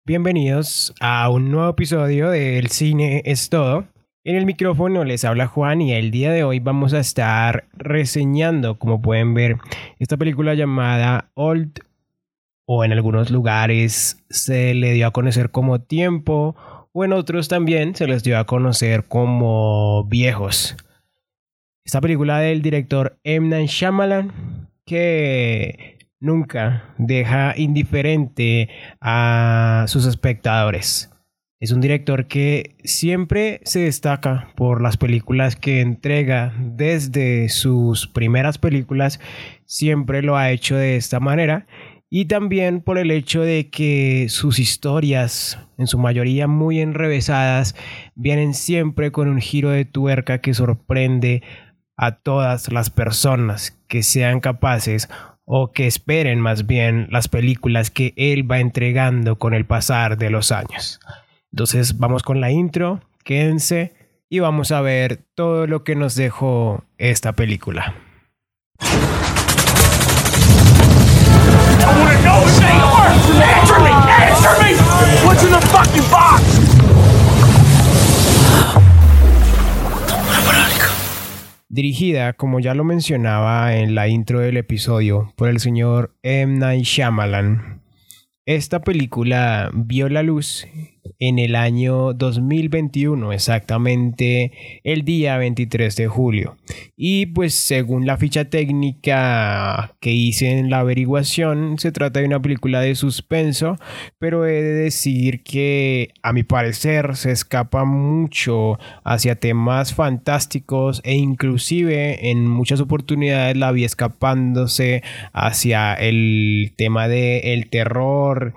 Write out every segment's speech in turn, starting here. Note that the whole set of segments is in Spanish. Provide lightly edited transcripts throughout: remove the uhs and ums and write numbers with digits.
Bienvenidos a un nuevo episodio de El Cine es Todo. En el micrófono les habla Juan y el día de hoy vamos a estar reseñando, como pueden ver, esta película llamada Old, o en algunos lugares se le dio a conocer como Tiempo, o en otros también se les dio a conocer como Viejos. Esta película del director M. Night Shyamalan, que nunca deja indiferente a sus espectadores. Es un director que siempre se destaca por las películas que entrega. Desde sus primeras películas siempre lo ha hecho de esta manera, y también por el hecho de que sus historias, en su mayoría muy enrevesadas, vienen siempre con un giro de tuerca que sorprende a todas las personas que sean capaces o que esperen más bien las películas que él va entregando con el pasar de los años. Entonces vamos con la intro, quédense y vamos a ver todo lo que nos dejó esta película. What's in the fucking box? Dirigida, como ya lo mencionaba en la intro del episodio, por el señor M. Night Shyamalan. Esta película vio la luz en el año 2021, exactamente el día 23 de julio. Y pues según la ficha técnica que hice en la averiguación, se trata de una película de suspenso, pero he de decir que a mi parecer se escapa mucho hacia temas fantásticos, e inclusive en muchas oportunidades la vi escapándose hacia el tema del terror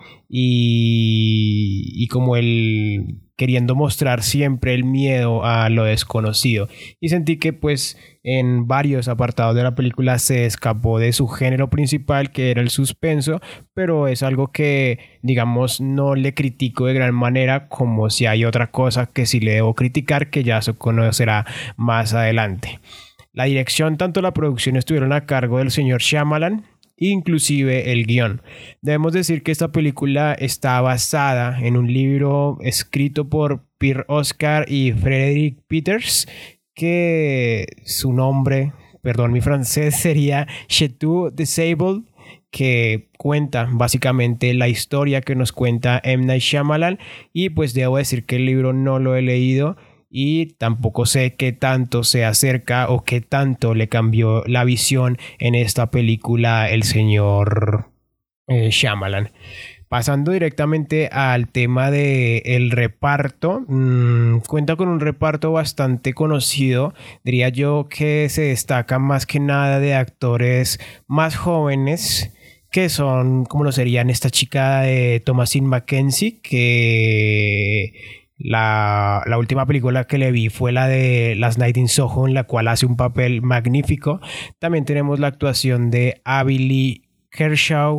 y como el queriendo mostrar siempre el miedo a lo desconocido, y sentí que pues en varios apartados de la película se escapó de su género principal, que era el suspenso, pero es algo que digamos no le critico de gran manera, como si hay otra cosa que sí le debo criticar, que ya se conocerá más adelante. La dirección, tanto la producción, estuvieron a cargo del señor Shyamalan, inclusive el guión. Debemos decir que esta película está basada en un libro escrito por Pierre Oscar y Frederick Peters, que su nombre, perdón mi francés, sería Chateau de Sable, que cuenta básicamente la historia que nos cuenta M. Night Shyamalan. Y pues debo decir que el libro no lo he leído y tampoco sé qué tanto se acerca o qué tanto le cambió la visión en esta película el señor Shyamalan. Pasando directamente al tema del reparto, cuenta con un reparto bastante conocido. Diría yo que se destaca más que nada de actores más jóvenes, que son, como lo serían esta chica de Thomasin McKenzie, que la última película que le vi fue la de Last Night in Soho, en la cual hace un papel magnífico. También tenemos la actuación de Avi Lee Kershaw,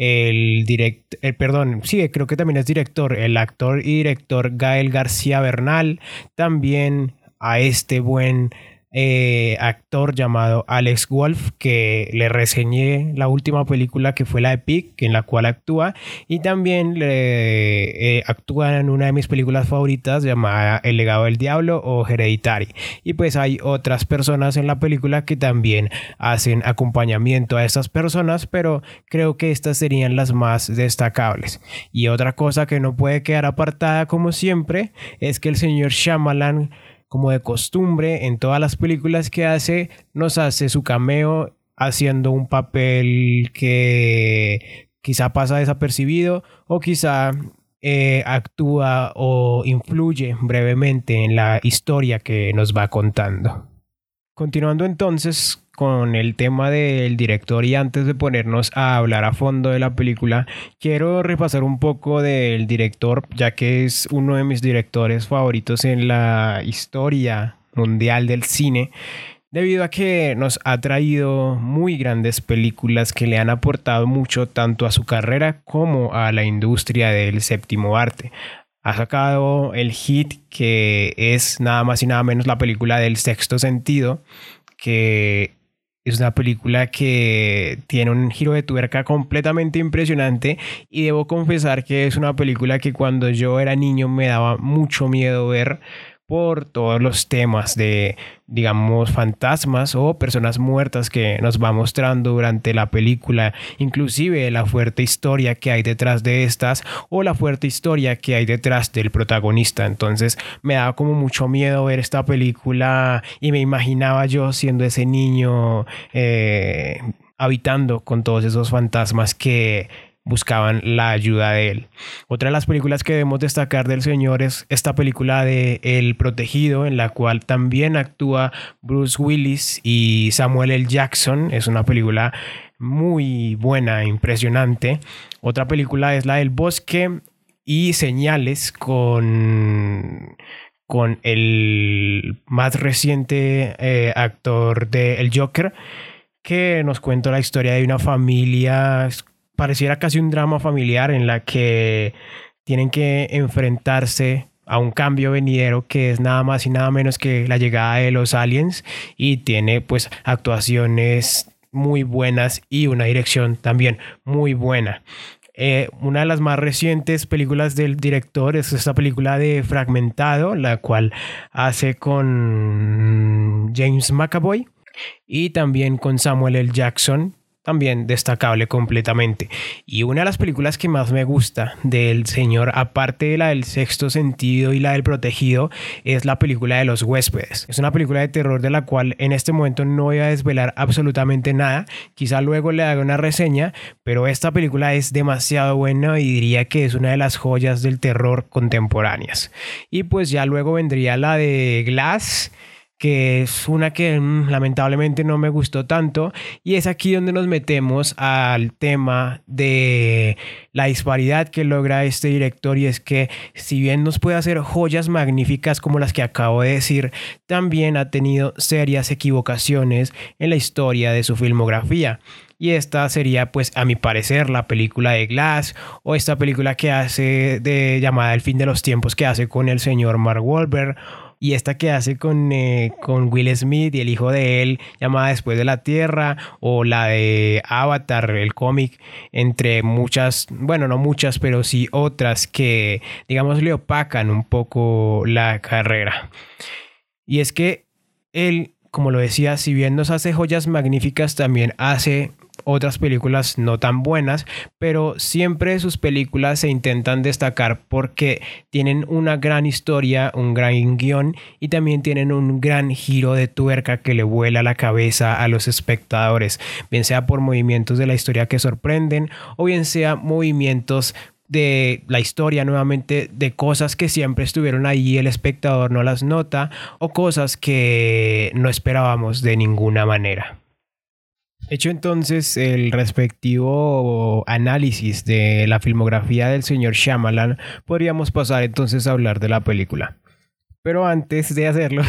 creo que también es director, el actor y director Gael García Bernal. También a este buen actor llamado Alex Wolff, que le reseñé la última película, que fue la de Pig, en la cual actúa, y también actúa en una de mis películas favoritas llamada El legado del diablo o Hereditary. Y pues hay otras personas en la película que también hacen acompañamiento a estas personas, pero creo que estas serían las más destacables. Y otra cosa que no puede quedar apartada, como siempre, es que el señor Shyamalan, como de costumbre en todas las películas que hace, nos hace su cameo haciendo un papel que quizá pasa desapercibido, o quizá actúa o influye brevemente en la historia que nos va contando. Continuando entonces con el tema del director, y antes de ponernos a hablar a fondo de la película, quiero repasar un poco del director, ya que es uno de mis directores favoritos en la historia mundial del cine, debido a que nos ha traído muy grandes películas que le han aportado mucho tanto a su carrera como a la industria del séptimo arte. Ha sacado el hit que es nada más y nada menos la película del Sexto Sentido, que Es una película que tiene un giro de tuerca completamente impresionante y debo confesar que es una película que cuando yo era niño me daba mucho miedo ver por todos los temas de, digamos, fantasmas o personas muertas que nos va mostrando durante la película, inclusive la fuerte historia que hay detrás de estas o la fuerte historia que hay detrás del protagonista. Entonces me daba como mucho miedo ver esta película y me imaginaba yo siendo ese niño habitando con todos esos fantasmas que buscaban la ayuda de él. Otra de las películas que debemos destacar del señor es esta película de El Protegido, en la cual también actúa Bruce Willis y Samuel L. Jackson. Es una película muy buena, impresionante. Otra película es la del Bosque y Señales con el más reciente actor de El Joker, que nos cuenta la historia de una familia. Pareciera casi un drama familiar en la que tienen que enfrentarse a un cambio venidero que es nada más y nada menos que la llegada de los aliens, y tiene pues actuaciones muy buenas y una dirección también muy buena. Una de las más recientes películas del director es esta película de Fragmentado, la cual hace con James McAvoy y también con Samuel L. Jackson, también destacable completamente. Y una de las películas que más me gusta del señor, aparte de la del Sexto Sentido y la del Protegido, es la película de Los Huéspedes. Es una película de terror de la cual en este momento no voy a desvelar absolutamente nada. Quizá luego le haga una reseña, pero esta película es demasiado buena y diría que es una de las joyas del terror contemporáneas. Y pues ya luego vendría la de Glass, que es una que lamentablemente no me gustó tanto, y es aquí donde nos metemos al tema de la disparidad que logra este director, y es que si bien nos puede hacer joyas magníficas como las que acabo de decir, también ha tenido serias equivocaciones en la historia de su filmografía. Y esta sería, pues, a mi parecer, la película de Glass, o esta película que hace llamada El fin de los tiempos, que hace con el señor Mark Wahlberg, y esta que hace con Will Smith y el hijo de él, llamada Después de la Tierra, o la de Avatar, el cómic, entre muchas, bueno, no muchas, pero sí otras que, digamos, le opacan un poco la carrera. Y es que él, como lo decía, si bien nos hace joyas magníficas, también hace otras películas no tan buenas, pero siempre sus películas se intentan destacar porque tienen una gran historia, un gran guión, y también tienen un gran giro de tuerca que le vuela la cabeza a los espectadores, bien sea por movimientos de la historia que sorprenden, o bien sea movimientos de la historia, nuevamente, de cosas que siempre estuvieron ahí y el espectador no las nota, o cosas que no esperábamos de ninguna manera. Hecho entonces el respectivo análisis de la filmografía del señor Shyamalan, podríamos pasar entonces a hablar de la película. Pero antes de hacerlo,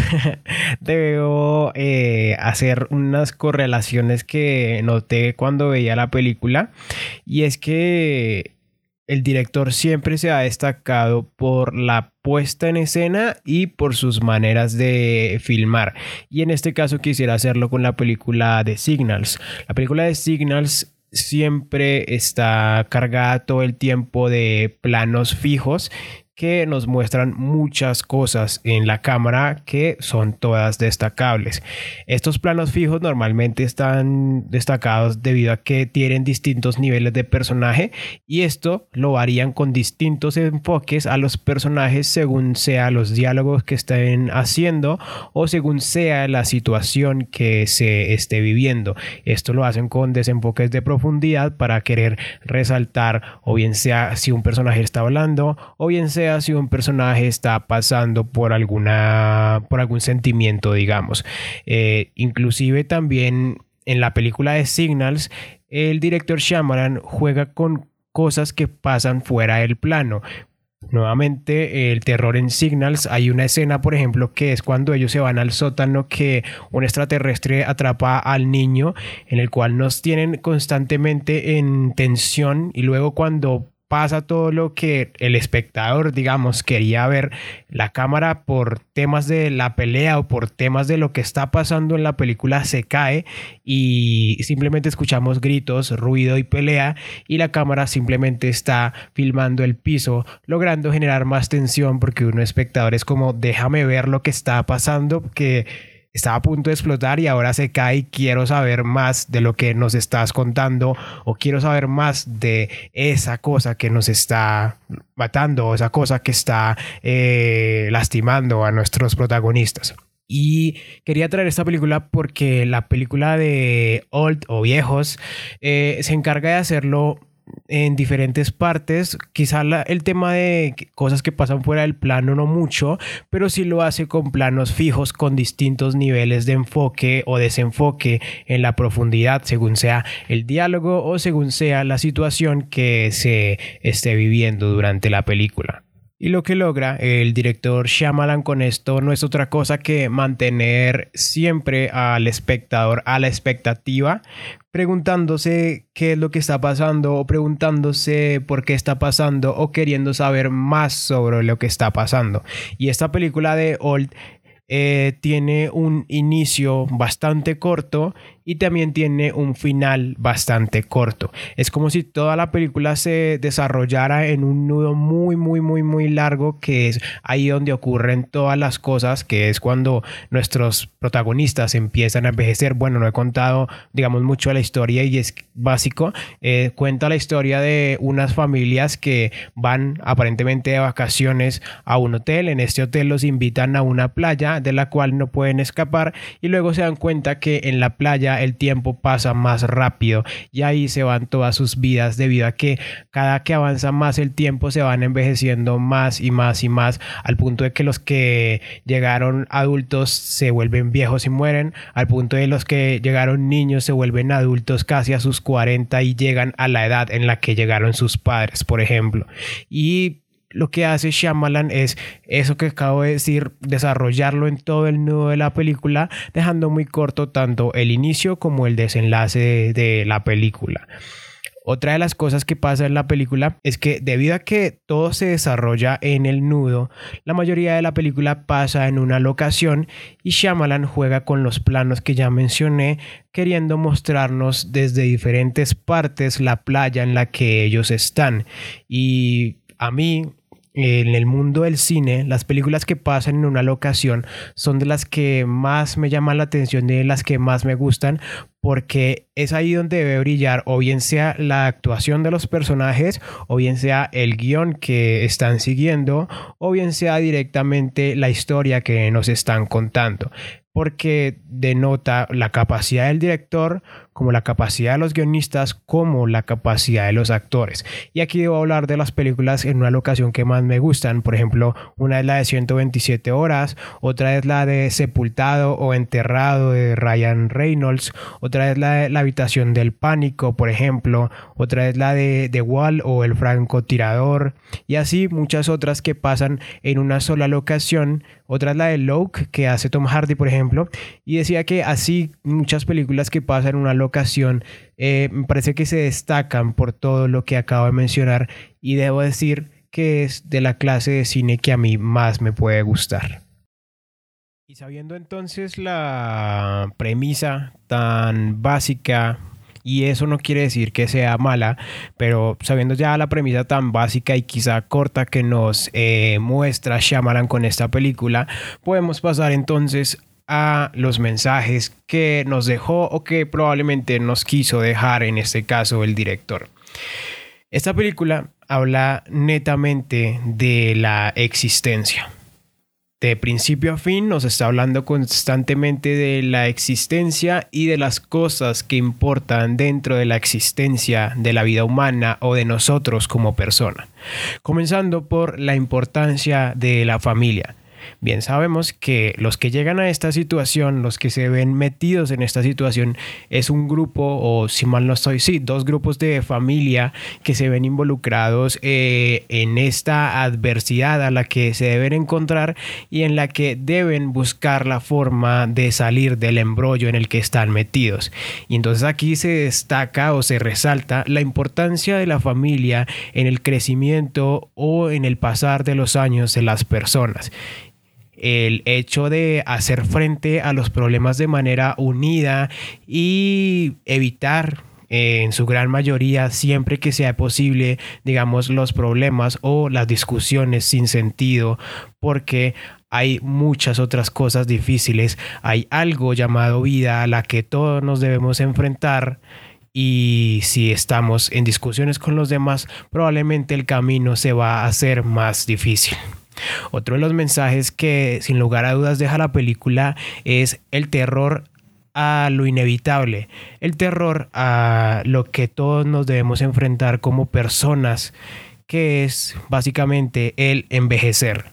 debo hacer unas correlaciones que noté cuando veía la película, y es que el director siempre se ha destacado por la puesta en escena y por sus maneras de filmar. Y en este caso quisiera hacerlo con la película de Signals. La película de Signals siempre está cargada todo el tiempo de planos fijos que nos muestran muchas cosas en la cámara que son todas destacables. Estos planos fijos normalmente están destacados debido a que tienen distintos niveles de personaje, y esto lo varían con distintos enfoques a los personajes según sea los diálogos que estén haciendo o según sea la situación que se esté viviendo. Esto lo hacen con desenfoques de profundidad para querer resaltar, o bien sea si un personaje está hablando, o bien sea si un personaje está pasando por algún sentimiento, digamos. Inclusive también en la película de Signals, el director Shyamalan juega con cosas que pasan fuera del plano. Nuevamente, el terror en Signals, hay una escena, por ejemplo, que es cuando ellos se van al sótano, que un extraterrestre atrapa al niño, en el cual nos tienen constantemente en tensión, y luego cuando pasa todo lo que el espectador, digamos, quería ver, la cámara por temas de la pelea o por temas de lo que está pasando en la película se cae y simplemente escuchamos gritos, ruido y pelea, y la cámara simplemente está filmando el piso, logrando generar más tensión porque uno espectador es como déjame ver lo que está pasando, que estaba a punto de explotar y ahora se cae y quiero saber más de lo que nos estás contando, o quiero saber más de esa cosa que nos está matando o esa cosa que está lastimando a nuestros protagonistas. Y quería traer esta película porque la película de Old o Viejos se encarga de hacerlo en diferentes partes. Quizá el tema de cosas que pasan fuera del plano no mucho, pero sí lo hace con planos fijos, con distintos niveles de enfoque o desenfoque en la profundidad, según sea el diálogo o según sea la situación que se esté viviendo durante la película. Y lo que logra el director Shyamalan con esto no es otra cosa que mantener siempre al espectador a la expectativa, preguntándose qué es lo que está pasando o preguntándose por qué está pasando o queriendo saber más sobre lo que está pasando. Y esta película de Old tiene un inicio bastante corto y también tiene un final bastante corto. Es como si toda la película se desarrollara en un nudo muy largo, que es ahí donde ocurren todas las cosas, que es cuando nuestros protagonistas empiezan a envejecer. Bueno, no he contado, digamos, mucho de la historia y es básico. Cuenta la historia de unas familias que van aparentemente de vacaciones a un hotel. En este hotel los invitan a una playa de la cual no pueden escapar y luego se dan cuenta que en la playa el tiempo pasa más rápido y ahí se van todas sus vidas, debido a que cada que avanza más el tiempo se van envejeciendo más y más, al punto de que los que llegaron adultos se vuelven viejos y mueren, al punto de los que llegaron niños se vuelven adultos casi a sus 40 y llegan a la edad en la que llegaron sus padres, por ejemplo. Y lo que hace Shyamalan es eso que acabo de decir, desarrollarlo en todo el nudo de la película, dejando muy corto tanto el inicio como el desenlace de la película. Otra de las cosas que pasa en la película es que debido a que todo se desarrolla en el nudo, la mayoría de la película pasa en una locación y Shyamalan juega con los planos que ya mencioné, queriendo mostrarnos desde diferentes partes la playa en la que ellos están. Y a mí, en el mundo del cine, las películas que pasan en una locación son de las que más me llaman la atención y de las que más me gustan, porque es ahí donde debe brillar o bien sea la actuación de los personajes, o bien sea el guión que están siguiendo, o bien sea directamente la historia que nos están contando, porque denota la capacidad del director, como la capacidad de los guionistas, como la capacidad de los actores. Y aquí debo hablar de las películas en una locación que más me gustan. Por ejemplo, una es la de 127 horas, otra es la de Sepultado o Enterrado de Ryan Reynolds, otra es la de La habitación del pánico, por ejemplo, otra es la de The Wall o El francotirador, y así muchas otras que pasan en una sola locación. Otra es la de Locke, que hace Tom Hardy, por ejemplo, y decía que así muchas películas que pasan en una locación me parece que se destacan por todo lo que acabo de mencionar, y debo decir que es de la clase de cine que a mí más me puede gustar. Y sabiendo entonces la premisa tan básica, y eso no quiere decir que sea mala, pero sabiendo ya la premisa tan básica y quizá corta que nos muestra Shyamalan con esta película, podemos pasar entonces a los mensajes que nos dejó o que probablemente nos quiso dejar, en este caso el director. Esta película habla netamente de la existencia. De principio a fin nos está hablando constantemente de la existencia y de las cosas que importan dentro de la existencia de la vida humana o de nosotros como persona. Comenzando por la importancia de la familia. Bien sabemos que los que llegan a esta situación, los que se ven metidos en esta situación, es un grupo, o si mal no estoy, sí, dos grupos de familia que se ven involucrados en esta adversidad a la que se deben encontrar y en la que deben buscar la forma de salir del embrollo en el que están metidos. Y entonces aquí se destaca o se resalta la importancia de la familia en el crecimiento o en el pasar de los años de las personas. El hecho de hacer frente a los problemas de manera unida y evitar en su gran mayoría, siempre que sea posible, digamos, los problemas o las discusiones sin sentido, porque hay muchas otras cosas difíciles. Hay algo llamado vida a la que todos nos debemos enfrentar. Y si estamos en discusiones con los demás, probablemente el camino se va a hacer más difícil. Otro de los mensajes que sin lugar a dudas deja la película es el terror a lo inevitable, el terror a lo que todos nos debemos enfrentar como personas, que es básicamente el envejecer.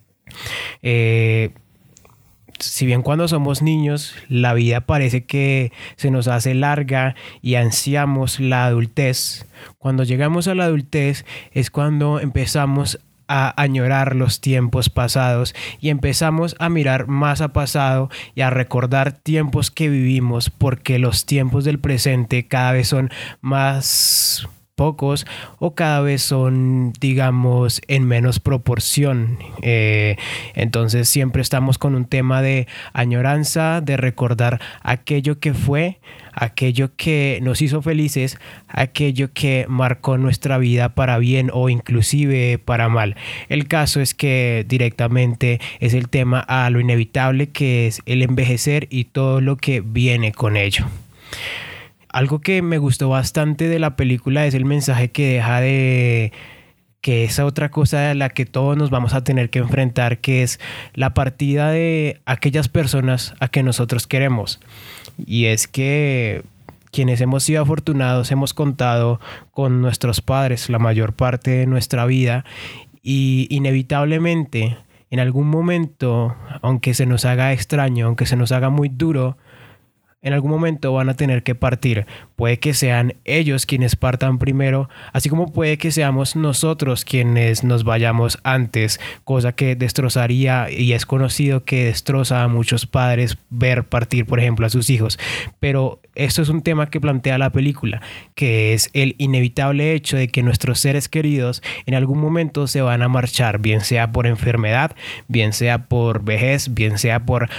Si bien cuando somos niños la vida parece que se nos hace larga y ansiamos la adultez, cuando llegamos a la adultez es cuando empezamos a añorar los tiempos pasados y empezamos a mirar más a pasado y a recordar tiempos que vivimos, porque los tiempos del presente cada vez son más pocos o cada vez son, digamos, en menos proporción. Entonces siempre estamos con un tema de añoranza, de recordar aquello que fue, aquello que nos hizo felices, aquello que marcó nuestra vida para bien o inclusive para mal. El caso es que directamente es el tema a lo inevitable, que es el envejecer y todo lo que viene con ello. Algo que me gustó bastante de la película es el mensaje que deja de que esa otra cosa a la que todos nos vamos a tener que enfrentar, que es la partida de aquellas personas a que nosotros queremos. Y es que quienes hemos sido afortunados hemos contado con nuestros padres la mayor parte de nuestra vida y inevitablemente en algún momento, aunque se nos haga extraño, aunque se nos haga muy duro, en algún momento van a tener que partir. Puede que sean ellos quienes partan primero, así como puede que seamos nosotros quienes nos vayamos antes, cosa que destrozaría, y es conocido que destroza a muchos padres ver partir, por ejemplo, a sus hijos. Pero esto es un tema que plantea la película, que es el inevitable hecho de que nuestros seres queridos en algún momento se van a marchar, bien sea por enfermedad, bien sea por vejez, bien sea por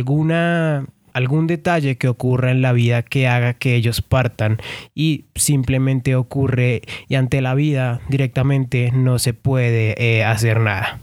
algún detalle que ocurra en la vida que haga que ellos partan, y simplemente ocurre, y ante la vida directamente no se puede hacer nada.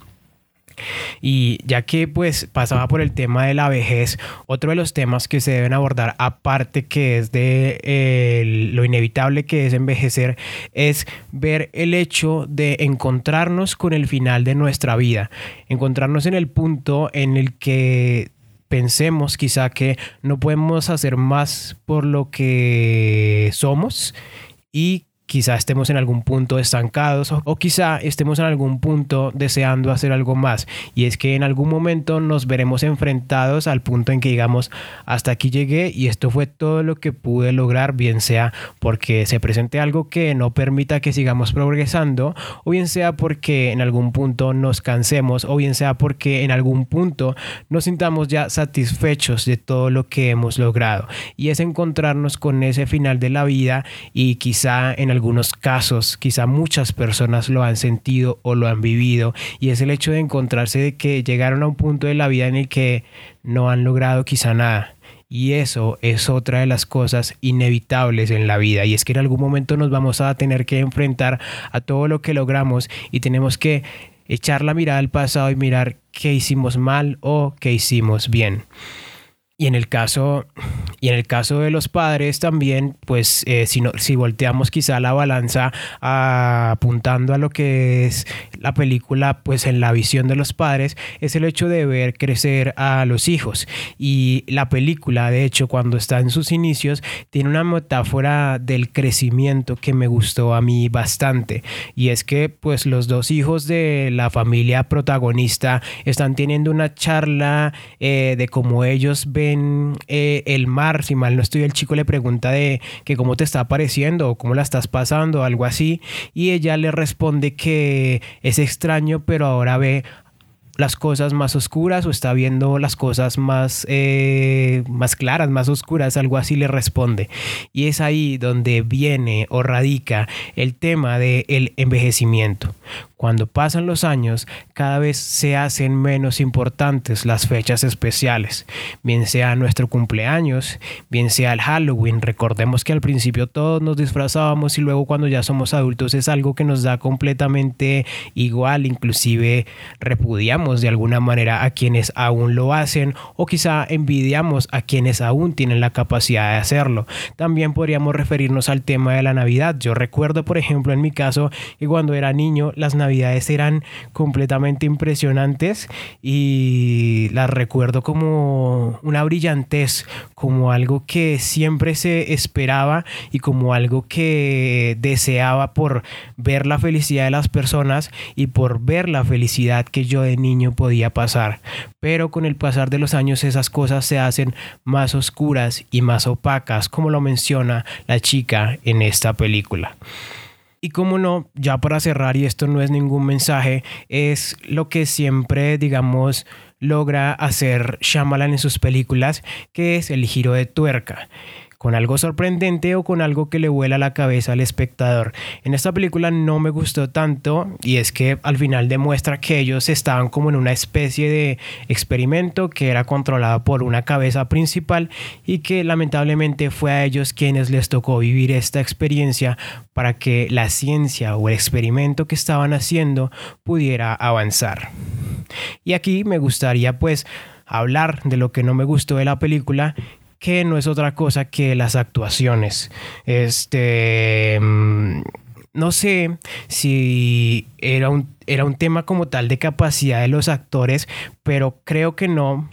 Y ya que pues pasaba por el tema de la vejez, otro de los temas que se deben abordar, aparte que es de lo inevitable que es envejecer, es ver el hecho de encontrarnos con el final de nuestra vida, encontrarnos en el punto en el que pensemos quizá que no podemos hacer más por lo que somos, y quizá estemos en algún punto estancados o quizá estemos en algún punto deseando hacer algo más. Y es que en algún momento nos veremos enfrentados al punto en que digamos, hasta aquí llegué y esto fue todo lo que pude lograr, bien sea porque se presente algo que no permita que sigamos progresando, o bien sea porque en algún punto nos cansemos, o bien sea porque en algún punto nos sintamos ya satisfechos de todo lo que hemos logrado. Y es encontrarnos con ese final de la vida, y quizá en algunos casos, quizá muchas personas lo han sentido o lo han vivido, y es el hecho de encontrarse de que llegaron a un punto de la vida en el que no han logrado quizá nada. Y eso es otra de las cosas inevitables en la vida, y es que en algún momento nos vamos a tener que enfrentar a todo lo que logramos, y tenemos que echar la mirada al pasado y mirar qué hicimos mal o qué hicimos bien. Y en el caso, y en el caso de los padres también, pues si volteamos quizá la balanza apuntando a lo que es la película, pues en la visión de los padres, es el hecho de ver crecer a los hijos. Y la película, de hecho, cuando está en sus inicios, tiene una metáfora del crecimiento que me gustó a mí bastante. Y es que pues los dos hijos de la familia protagonista están teniendo una charla de cómo ellos ven el mar. Si mal no estoy, el chico le pregunta de que cómo te está pareciendo o cómo la estás pasando, algo así, y ella le responde que es extraño, pero ahora ve las cosas más oscuras o está viendo las cosas más claras, más oscuras, algo así le responde. Y es ahí donde viene o radica el tema del envejecimiento. Cuando pasan los años, cada vez se hacen menos importantes las fechas especiales, bien sea nuestro cumpleaños, bien sea el Halloween. Recordemos que al principio todos nos disfrazábamos y luego cuando ya somos adultos es algo que nos da completamente igual, inclusive repudiamos de alguna manera a quienes aún lo hacen o quizá envidiamos a quienes aún tienen la capacidad de hacerlo. También podríamos referirnos al tema de la Navidad. Yo recuerdo, por ejemplo, en mi caso, que cuando era niño las Navidades eran completamente impresionantes y las recuerdo como una brillantez, como algo que siempre se esperaba y como algo que deseaba por ver la felicidad de las personas y por ver la felicidad que yo de niño podía pasar. Pero con el pasar de los años esas cosas se hacen más oscuras y más opacas, como lo menciona la chica en esta película. Y como no, ya para cerrar, y esto no es ningún mensaje, es lo que siempre, digamos, logra hacer Shyamalan en sus películas, que es el giro de tuerca, con algo sorprendente o con algo que le vuela la cabeza al espectador. En esta película no me gustó tanto, y es que al final demuestra que ellos estaban como en una especie de experimento que era controlado por una cabeza principal y que lamentablemente fue a ellos quienes les tocó vivir esta experiencia para que la ciencia o el experimento que estaban haciendo pudiera avanzar. Y aquí me gustaría pues hablar de lo que no me gustó de la película, que no es otra cosa que las actuaciones. No sé si era un tema como tal de capacidad de los actores, pero creo que no,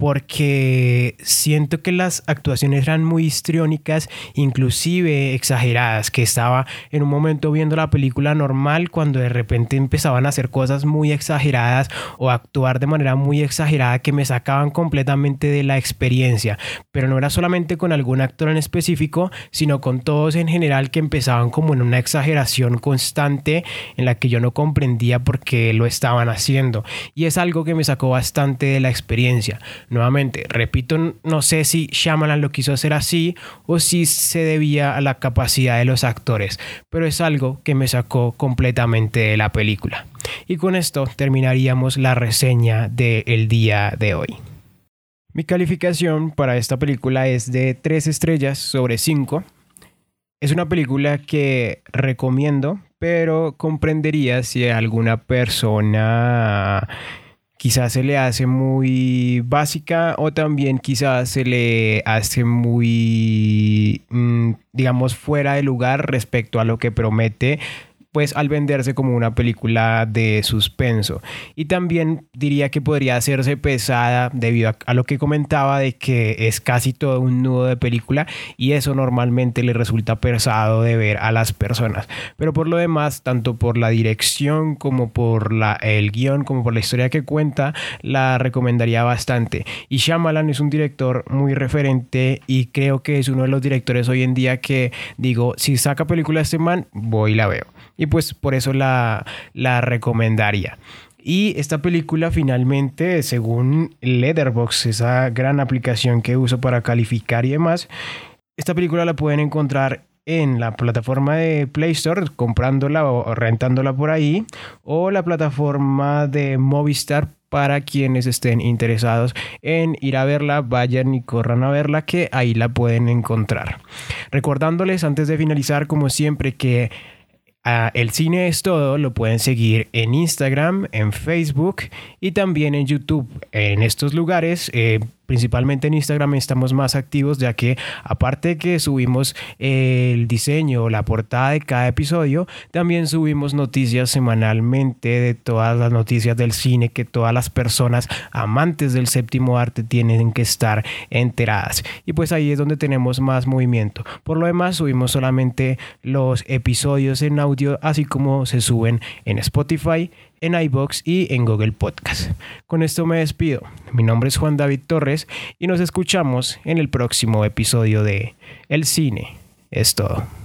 porque siento que las actuaciones eran muy histriónicas, inclusive exageradas, que estaba en un momento viendo la película normal cuando de repente empezaban a hacer cosas muy exageradas o actuar de manera muy exagerada que me sacaban completamente de la experiencia. Pero no era solamente con algún actor en específico, sino con todos en general, que empezaban como en una exageración constante en la que yo no comprendía por qué lo estaban haciendo, y es algo que me sacó bastante de la experiencia. Nuevamente, repito, no sé si Shyamalan lo quiso hacer así o si se debía a la capacidad de los actores, pero es algo que me sacó completamente de la película. Y con esto terminaríamos la reseña del día de hoy. Mi calificación para esta película es de 3 estrellas sobre 5. Es una película que recomiendo, pero comprendería si a alguna persona quizás se le hace muy básica o también quizás se le hace muy, digamos, fuera de lugar respecto a lo que promete, pues al venderse como una película de suspenso. Y también diría que podría hacerse pesada debido a lo que comentaba de que es casi todo un nudo de película y eso normalmente le resulta pesado de ver a las personas. Pero por lo demás, tanto por la dirección como por el guión, como por la historia que cuenta, la recomendaría bastante. Y Shyamalan es un director muy referente y creo que es uno de los directores hoy en día que digo, si saca película este man, voy y la veo. Y pues por eso la recomendaría. Y esta película finalmente, según Letterboxd, esa gran aplicación que uso para calificar y demás, esta película la pueden encontrar en la plataforma de Play Store, comprándola o rentándola por ahí, o la plataforma de Movistar. Para quienes estén interesados en ir a verla, vayan y corran a verla, que ahí la pueden encontrar. Recordándoles antes de finalizar, como siempre, que El Cine es Todo lo pueden seguir en Instagram, en Facebook y también en YouTube. En estos lugares Principalmente en Instagram estamos más activos, ya que aparte de que subimos el diseño o la portada de cada episodio, también subimos noticias semanalmente de todas las noticias del cine que todas las personas amantes del séptimo arte tienen que estar enteradas. Y pues ahí es donde tenemos más movimiento. Por lo demás, subimos solamente los episodios en audio, así como se suben en Spotify, en iVoox y en Google Podcast. Con esto me despido. Mi nombre es Juan David Torres y nos escuchamos en el próximo episodio de El Cine es Todo.